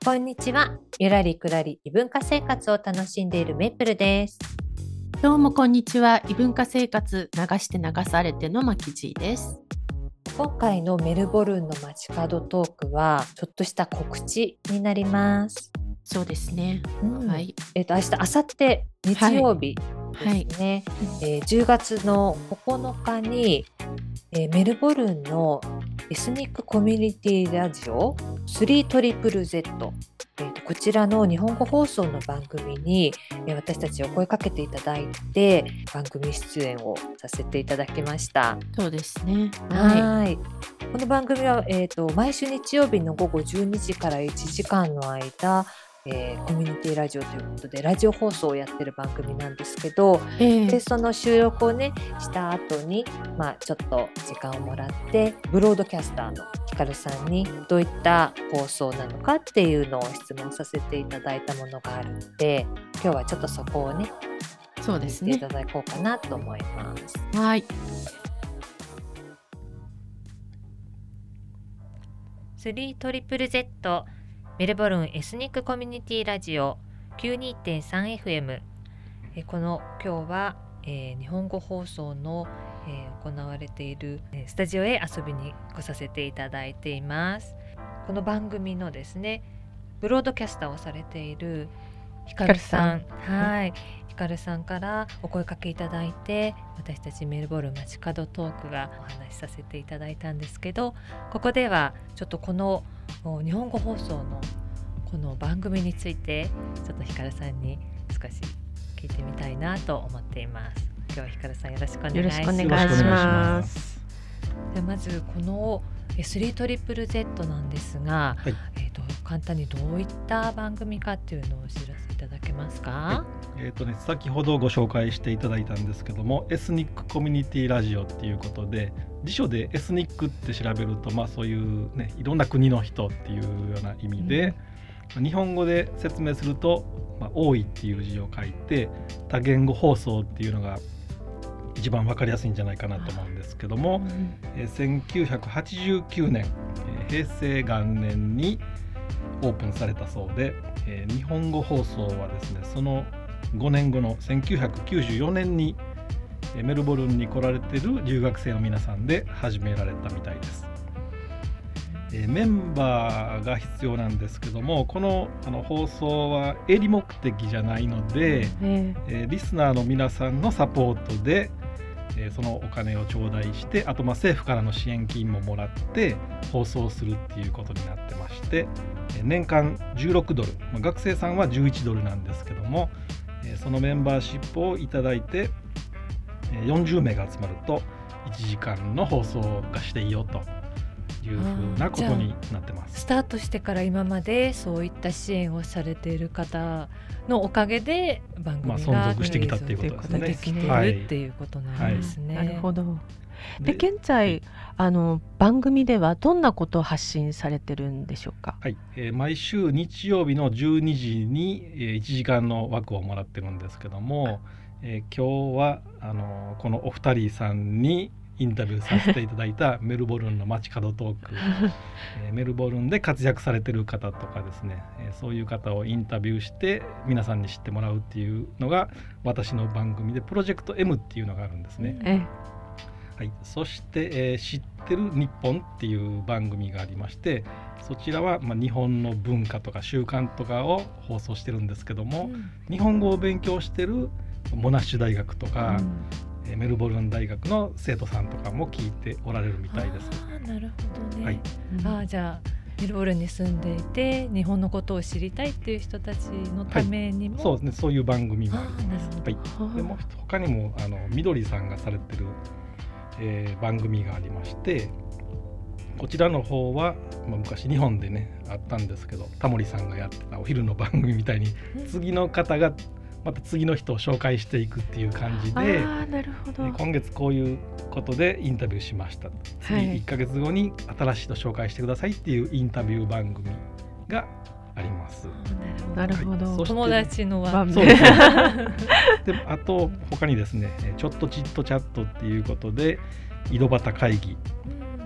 こんにちは。ゆらりくらり異文化生活を楽しんでいるメープルです。 どうもこんにちは。異文化生活流して流されてのまきじです。 今回のメルボルンの街角トークはちょっとした告知になります。 そうですね。はい。 明日、明後日日曜日ですね。10月の9日に、メルボルンのエスニックコミュニティラジオ 3ZZZ、こちらの日本語放送の番組に、私たちお声かけていただいて番組出演をさせていただきました。 そうですね。 はい。この番組は、毎週日曜日の午後12時から1時間の間、コミュニティラジオということでラジオ放送をやってる番組なんですけど、でその収録をねした後に、ちょっと時間をもらってブロードキャスターのひかるさんにどういった放送なのかっていうのを質問させていただいたものがあるので、今日はちょっとそこをねそうですね。 聞いていただこうかなと思います。 はい。 3ZZZ メルボルンエスニックコミュニティラジオ 92.3FM、今日は、日本語放送の、行われているスタジオへ遊びに来させていただいています。この番組のですねブロードキャスターをされているひかるさん、ひかるさんからお声かけいただいて、私たちメルボルン街角トークがお話しさせていただいたんですけど、ここではちょっとこの日本語放送のこの番組についてちょっとひかるさんに少し聞いてみたいなと思っています。今日はひかるさんよろしくお願いします。 よろしくお願いします。 でまずこの 3ZZZ なんですが、簡単にどういった番組かっていうのをお知らせいただけますか？ 先ほどご紹介していただいたんですけども、エスニックコミュニティラジオっていうことで、辞書でエスニックって調べると、そういうねいろんな国の人っていうような意味で、日本語で説明すると、多いっていう字を書いて多言語放送っていうのが一番分かりやすいんじゃないかなと思うんですけども、1989年、平成元年にオープンされたそうで、日本語放送はですねその5年後の1994年にメルボルンに来られている留学生の皆さんで始められたみたいです。メンバーが必要なんですけども、この放送は営利目的じゃないので、リスナーの皆さんのサポートでそのお金を頂戴して、あと政府からの支援金ももらって放送するっていうことになってまして、年間16ドル、学生さんは11ドルなんですけども、そのメンバーシップをいただいて40名が集まると1時間の放送がしていいよというふうなことになってます。 スタートしてから今までそういった支援をされている方のおかげで番組が存続してきたっていうことですね。 できているっていうことなんですね。 なるほど。で現在番組ではどんなことを発信されてるんでしょうか？ 毎週日曜日の12時に1時間の枠をもらってるんですけども、今日はこのお二人さんにインタビューさせていただいたメルボルンの街角トークメルボルンで活躍されてる方とかですね、そういう方をインタビューして皆さんに知ってもらうっていうのが私の番組で、プロジェクト M っていうのがあるんですね。そして、知ってる日本っていう番組がありまして、そちらは、日本の文化とか習慣とかを放送してるんですけども、日本語を勉強してるモナッシュ大学とか、メルボルン大学の生徒さんとかも聞いておられるみたいです。 なるほどね。じゃあメルボルンに住んでいて日本のことを知りたいっていう人たちのためにも、 そうですね、そういう番組もあります。でも他にもみどりさんがされてる、番組がありまして、こちらの方は、昔日本でねあったんですけど、タモリさんがやってたお昼の番組みたいに、次の方がまた次の人を紹介していくっていう感じで、 なるほど。 今月こういうことでインタビューしました、次1ヶ月後に新しい人紹介してくださいっていうインタビュー番組があります。 なるほど。 友達の輪そうですであと他にですね、ちょっとチットチャットっていうことで井戸端会議、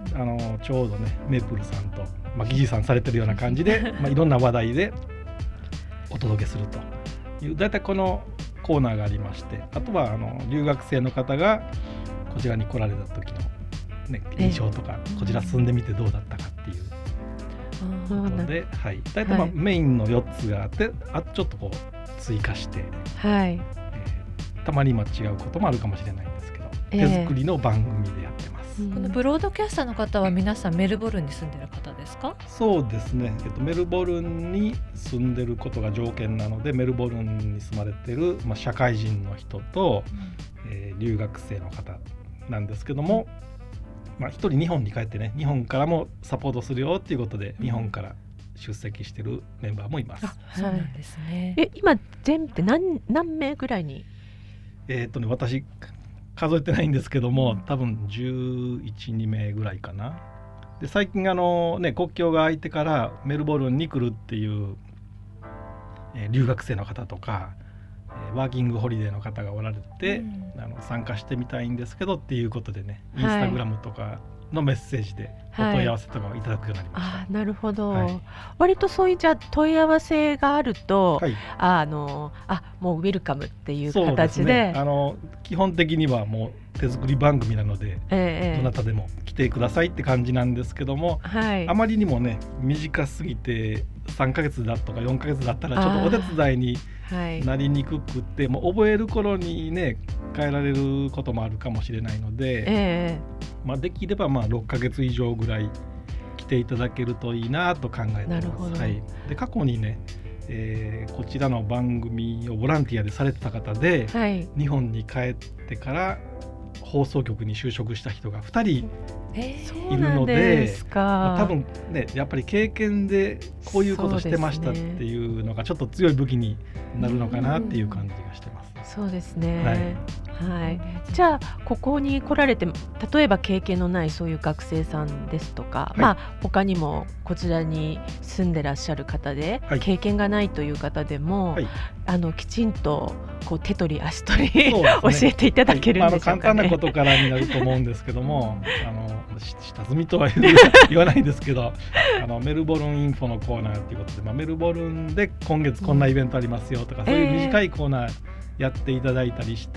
ちょうどねメープルさんと、疑似さんされてるような感じで、いろんな話題でお届けするという、だいたいこのコーナーがありまして、あとは留学生の方がこちらに来られた時の、印象とか、こちら住んでみてどうだったかっていうことで、だいたいメインの4つがあって、あとちょっとこう追加して、たまに違うこともあるかもしれないんですけど、手作りの番組でやってます。 このブロードキャスターの方は皆さんメルボルンに住んでる方ですか？ そうですね、メルボルンに住んでることが条件なので、メルボルンに住まれてる、社会人の人と、留学生の方なんですけども、一人日本に帰ってね、日本からもサポートするよっていうことで、日本から出席してるメンバーもいます。 そうなんですね。 今全部で何名ぐらいに？ 私数えてないんですけども、多分11、2名ぐらいかな。で最近国境が開いてからメルボルンに来るっていう、留学生の方とか、ワーキングホリデーの方がおられて、参加してみたいんですけどっていうことでね、インスタグラムとかのメッセージでお問い合わせとかをいただくようになりました。 なるほど、割とそういうじゃあ問い合わせがあると、もうウェルカムっていう形で、 基本的にはもう手作り番組なので、どなたでも来てくださいって感じなんですけども、あまりにもね短すぎて3ヶ月だとか4ヶ月だったらちょっとお手伝いになりにくくって、もう覚える頃にね変えられることもあるかもしれないので、できれば6ヶ月以上ぐらい来ていただけるといいなと考えてます。で過去にね、こちらの番組をボランティアでされてた方で、日本に帰ってから放送局に就職した人が2人いるので、多分ねやっぱり経験でこういうことしてましたっていうのがちょっと強い武器になるのかなっていう感じがしてます。 そうですね、じゃあここに来られて、例えば経験のないそういう学生さんですとか、他にもこちらに住んでらっしゃる方で、経験がないという方でも、きちんとこう手取り足取り、教えていただけるんでしょうかね。 簡単なことからになると思うんですけども下積みとは言わないんですけどメルボルンインフォのコーナーということで、メルボルンで今月こんなイベントありますよとか、そういう短いコーナーやっていただいたりして、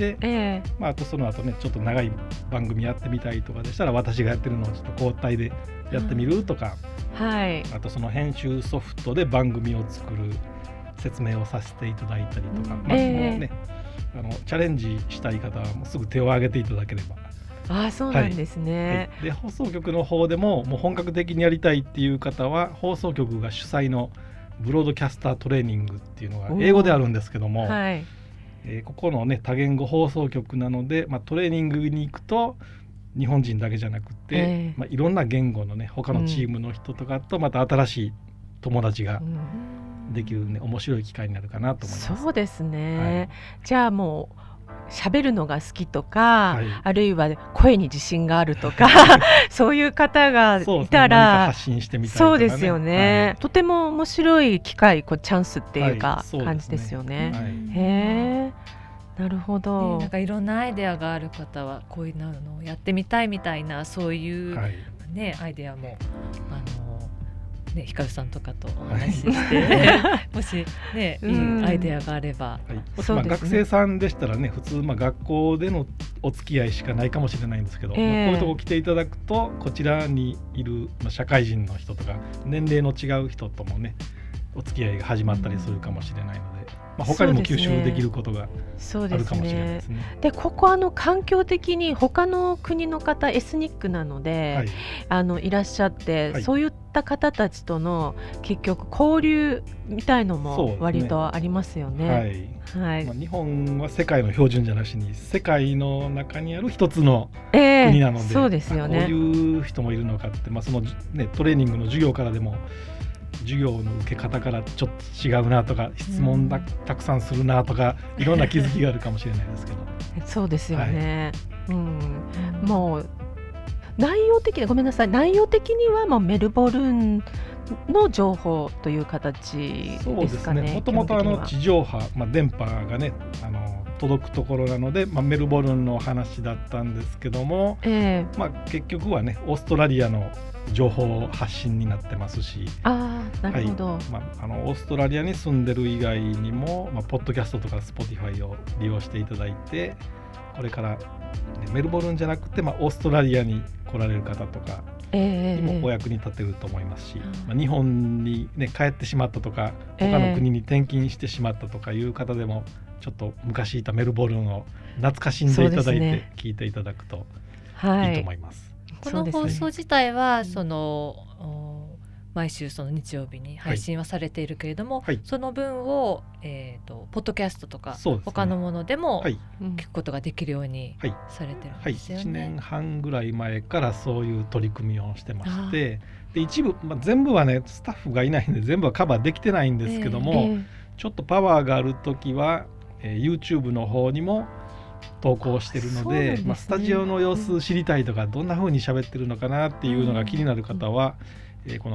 あとその後ねちょっと長い番組やってみたいとかでしたら、私がやってるのをちょっと交代でやってみるとか、あとその編集ソフトで番組を作る説明をさせていただいたりとか、もうねチャレンジしたい方はもうすぐ手を挙げていただければ。 そうなんですね。 で放送局の方でももう本格的にやりたいっていう方は、放送局が主催のブロードキャスタートレーニングっていうのが英語であるんですけども、ここのね多言語放送局なので、トレーニングに行くと日本人だけじゃなくて、いろんな言語のね他のチームの人とかとまた新しい友達ができるね、面白い機会になるかなと思います。 そうですね、じゃあもう喋るのが好きとか、あるいは声に自信があるとかそういう方がいたら、 発信してみたいとかね、 そうですよね、とても面白い機会、チャンスっていうか、感じですよね。へー、なるほど、 なんかいろんなアイデアがある方はこういうのをやってみたいみたいな、そういう、アイデアもひかるさんとかとお話しして、もしね、いいアイデアがあれば、 学生さんでしたらね、普通学校でのお付き合いしかないかもしれないんですけど、こういうとこ来ていただくと、こちらにいる社会人の人とか年齢の違う人ともねお付き合いが始まったりするかもしれないので、他にも吸収できることがあるかもしれないですね。 でここ環境的に他の国の方エスニックなので、いらっしゃって、そういった方たちとの結局交流みたいのも割とありますよね。 日本は世界の標準じゃなしに世界の中にある一つの国なので、 そうですよね、 こういう人もいるのかって、その、トレーニングの授業からでも授業の受け方からちょっと違うなとか、質問たくさんするなとか、いろんな気づきがあるかもしれないですけどそうですよね、もう内容的に、ごめんなさい、内容的にはもうメルボルンの情報という形ですかね。 もともと地上波、電波がね届くところなので、メルボルンの話だったんですけども、結局はねオーストラリアの情報発信になってますし、 なるほど、 オーストラリアに住んでる以外にも、ポッドキャストとか Spotify を利用していただいて、これから、メルボルンじゃなくて、オーストラリアに来られる方とかにもお役に立てると思いますし、日本に、帰ってしまったとか他の国に転勤してしまったとかいう方でも、ちょっと昔いたメルボルンを懐かしんでいただいて聞いていただくといいと思います。 この放送自体は毎週その日曜日に配信はされているけれども、その分を、ポッドキャストとか、他のものでも聞くことができるようにされてるんですよね。 1年半ぐらい前からそういう取り組みをしてまして、で一部、全部はねスタッフがいないんで全部はカバーできてないんですけども、ちょっとパワーがあるときは、YouTube の方にも投稿してるので、スタジオの様子知りたいとか、どんな風に喋ってるのかなっていうのが気になる方は、この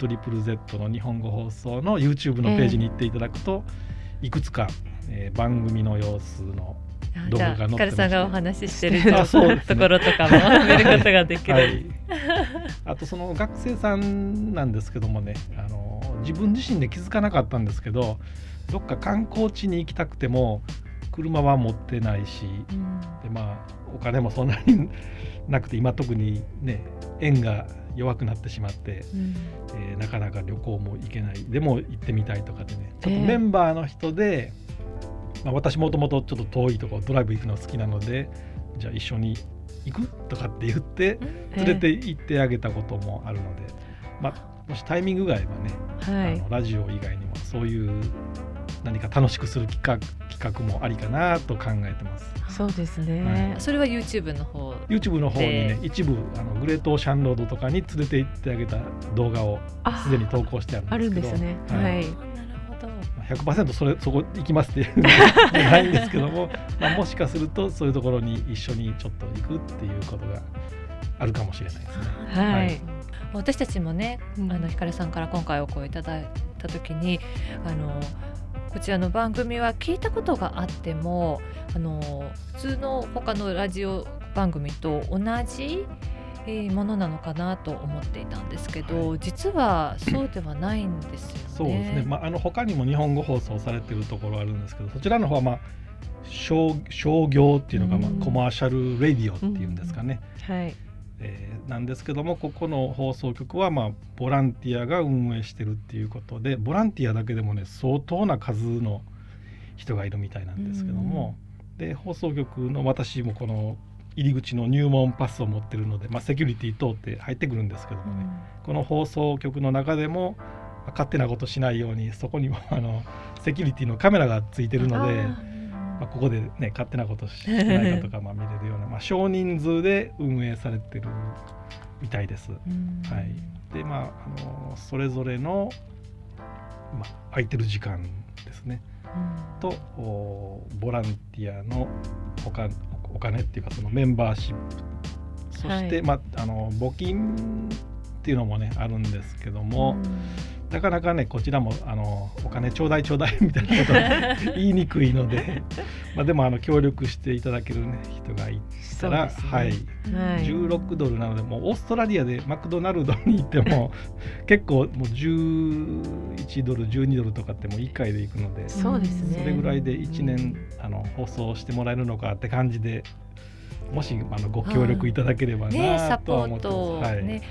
3ZZZ の日本語放送の YouTube のページに行っていただくと、いくつか、番組の様子の動画が載ってます。 ヒカルさんがお話ししてるところとかも見ることができる、 あとその学生さんなんですけどもね、自分自身で気づかなかったんですけど、どっか観光地に行きたくても車は持ってないし、でお金もそんなになくて、今特にね円が弱くなってしまって、なかなか旅行も行けない、でも行ってみたいとかでね、ちょっとメンバーの人で、私もともとちょっと遠いところドライブ行くの好きなので、じゃあ一緒に行くとかって言って連れて行ってあげたこともあるので、もしタイミングが合えばね、ラジオ以外にもそういう何か楽しくする企画もありかなと考えてます。 そうですね、 それは YouTube の方にね、一部グレートオーシャンロードとかに連れて行ってあげた動画をすでに投稿してあるんですけど、 あるんですね、 なるほど。 100% そこ行きますっていうのはないんですけども、もしかするとそういうところに一緒にちょっと行くっていうことがあるかもしれないですね。 私たちもね、ヒカルさんから今回お声いただいた時に、こちらの番組は聞いたことがあっても、普通の他のラジオ番組と同じものなのかなと思っていたんですけど、実はそうではないんですよね。 そうですね、他にも日本語放送されているところあるんですけど、そちらの方は商業っていうのが、コマーシャルレディオっていうんですかね、なんですけども、ここの放送局はボランティアが運営してるっていうことで、ボランティアだけでもね相当な数の人がいるみたいなんですけども、で放送局の私もこの入り口の入門パスを持ってるので、セキュリティ通って入ってくるんですけどもね、この放送局の中でも勝手なことしないように、そこにもセキュリティのカメラがついてるので、ここでね勝手なことしないかとか見れるような、少人数で運営されてるみたいです。でそれぞれの、空いてる時間ですね、とボランティアのお金っていうか、そのメンバーシップ、そして、募金っていうのもねあるんですけども、なかなかねこちらもお金ちょうだいみたいなことは言いにくいのででも協力していただける、人がいたら、16ドルなので、もうオーストラリアでマクドナルドに行っても結構もう11ドル12ドルとかってもう1回で行くので、 そうですね、 それぐらいで1年放送してもらえるのかって感じで、もしご協力いただければなとは思ってます。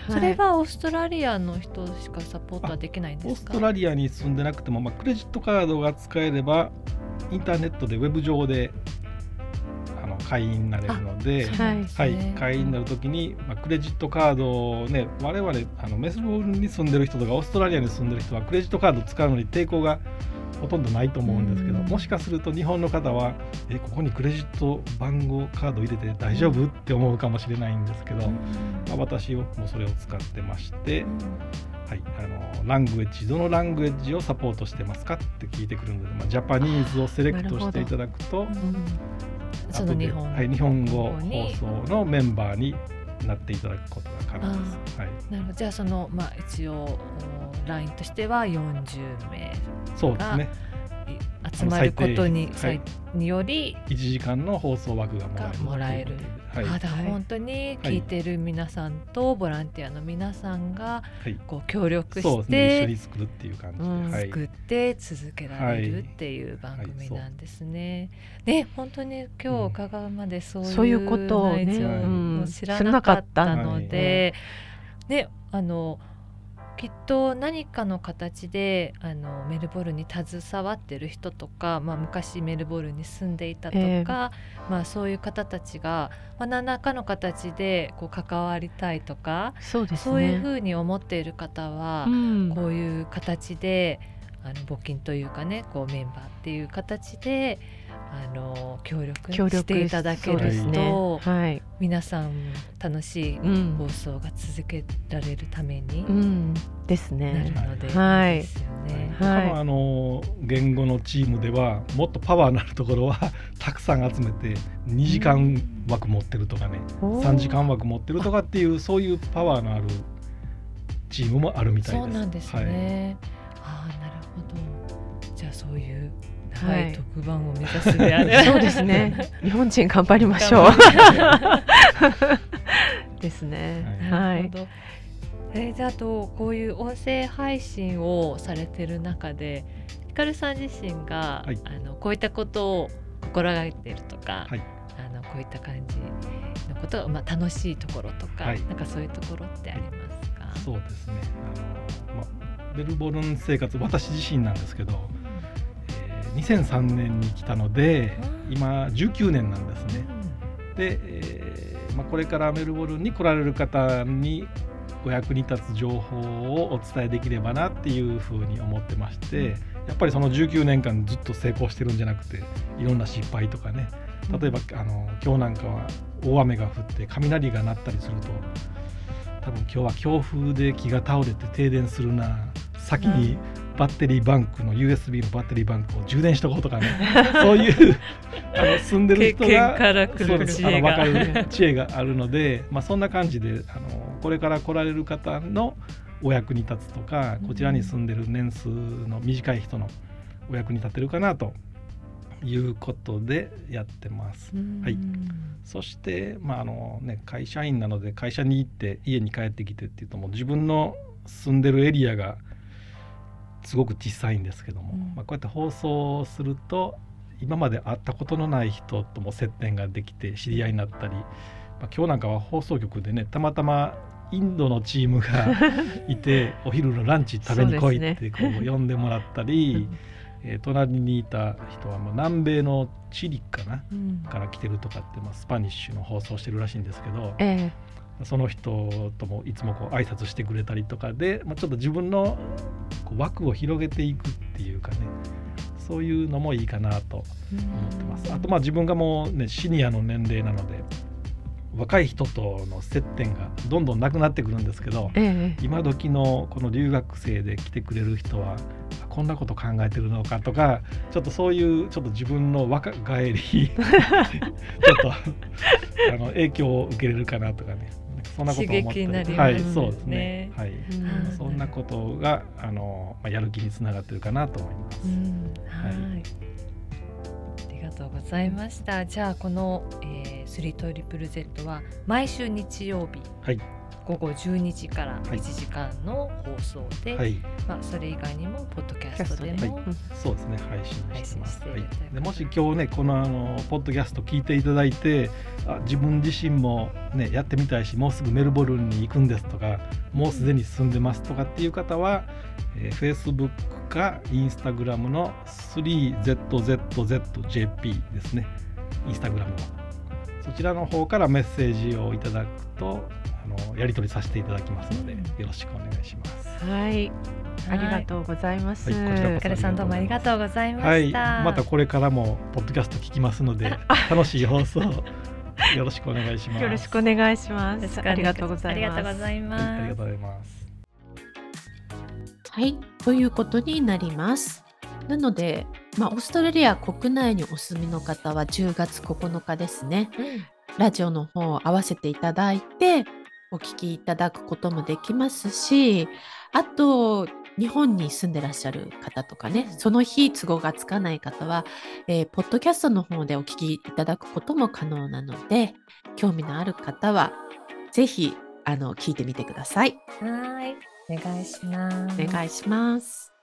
それはオーストラリアの人しかサポートはできないんですか？ オーストラリアに住んでなくても、クレジットカードが使えればインターネットでウェブ上で会員になれるので、会員になるときに、クレジットカードをね、我々メルボルンに住んでる人とかオーストラリアに住んでる人はクレジットカード使うのに抵抗がほとんどないと思うんですけど、もしかすると日本の方はここにクレジット番号カード入れて大丈夫って思うかもしれないんですけど、私もそれを使ってまして、ラングエッジ、どのラングエッジをサポートしてますかって聞いてくるので、ジャパニーズをセレクトしていただくと、 その日本語放送のメンバーになっていただくことが可能です。はい、 なるほど。じゃあ一応ラインとしては40名そうですね。 集まることに、 はい、 により 1時間の放送枠がもらえる。 だから本当に聞いてる皆さんとボランティアの皆さんがこう協力して、 一緒に作るっていう感じで、 作って続けられるっていう番組なんですね。ね、本当に今日伺うまでそういうことをね、知らなかったので、ね、きっと何かの形でメルボルンに携わってる人とか、昔メルボルンに住んでいたとか、そういう方たちが、何らかの形でこう関わりたいとか、そういうふうに思っている方は、こういう形で募金というかね、こうメンバーっていう形で協力していただけると、皆さん楽しい放送が続けられるためにですね。 なるので、ですよね。 他の言語のチームではもっとパワーのあるところはたくさん集めて2時間枠持ってるとかね、3時間枠持ってるとかっていうそういうパワーのあるチームもあるみたいです。 そうなんですね。なるほど。じゃあそういう特番を目指すであればそうですね。日本人頑張りましょう。ですね。 なるほど。じゃあこういう音声配信をされてる中でひかるさん自身が、こういったことを心がけているとか、こういった感じのことが、楽しいところとか、なんかそういうところってありますか？ そうですね。メルボルン生活、私自身なんですけど、2003年に来たので今19年なんですね。で、これからメルボルンに来られる方にお役に立つ情報をお伝えできればなっていうふうに思ってまして、やっぱりその19年間ずっと成功してるんじゃなくて、いろんな失敗とかね、例えば今日なんかは大雨が降って雷が鳴ったりすると、多分今日は強風で木が倒れて停電するな、先にバッテリーバンクの USB のバッテリーバンクを充電しとこうとかねそういう住んでる人が分かる知恵があるので、そんな感じでこれから来られる方のお役に立つとか、こちらに住んでる年数の短い人のお役に立てるかなということでやってます。そして、会社員なので会社に行って家に帰ってきてっていうと、もう自分の住んでるエリアがすごく小さいんですけども、こうやって放送すると今まで会ったことのない人とも接点ができて知り合いになったり、今日なんかは放送局でね、たまたまインドのチームがいてお昼のランチ食べに来いってこう呼んでもらったり、隣にいた人は南米のチリかな、から来てるとかって、スパニッシュの放送してるらしいんですけど、その人ともいつもこう挨拶してくれたりとかで、ちょっと自分のこう枠を広げていくっていうかね、そういうのもいいかなと思ってます。あと自分がもうねシニアの年齢なので、若い人との接点がどんどんなくなってくるんですけど、今時のこの留学生で来てくれる人はこんなこと考えてるのかとか、ちょっとそういうちょっと自分の若返りちょっと影響を受けれるかなとかね、そんなことを思って、 刺激になりますね。 そうですね。そんなことがやる気につながってるかなと思います。 ありがとうございました。じゃあこの、3ZZZ は毎週日曜日、午後12時から1時間の放送で、それ以外にもポッドキャストでも、 そうですね、配信してます。でもし今日ねこのポッドキャスト聞いていただいて、自分自身もねやってみたいし、もうすぐメルボルンに行くんですとか、もうすでに住んでますとかっていう方は、Facebook か Instagram の 3ZZZJP ですね。Instagram のそちらの方からメッセージをいただくとやり取りさせていただきますので、よろしくお願いします。 ありがとうございます。 ひかるさんどうもありがとうございました。 またこれからもポッドキャスト聞きますので楽しい放送よろしくお願いします。 よろしくお願いします。ありがとうございます。 ありがとうございます。 ありがとうございます。 ということになります。なので、オーストラリア国内にお住みの方は10月9日ですね、 ラジオの方を合わせていただいてお聞きいただくこともできますし、あと日本に住んでらっしゃる方とかね、その日都合がつかない方は、ポッドキャストの方でお聞きいただくことも可能なので、興味のある方はぜひ聞いてみてください。 はい、お願いします。 お願いします。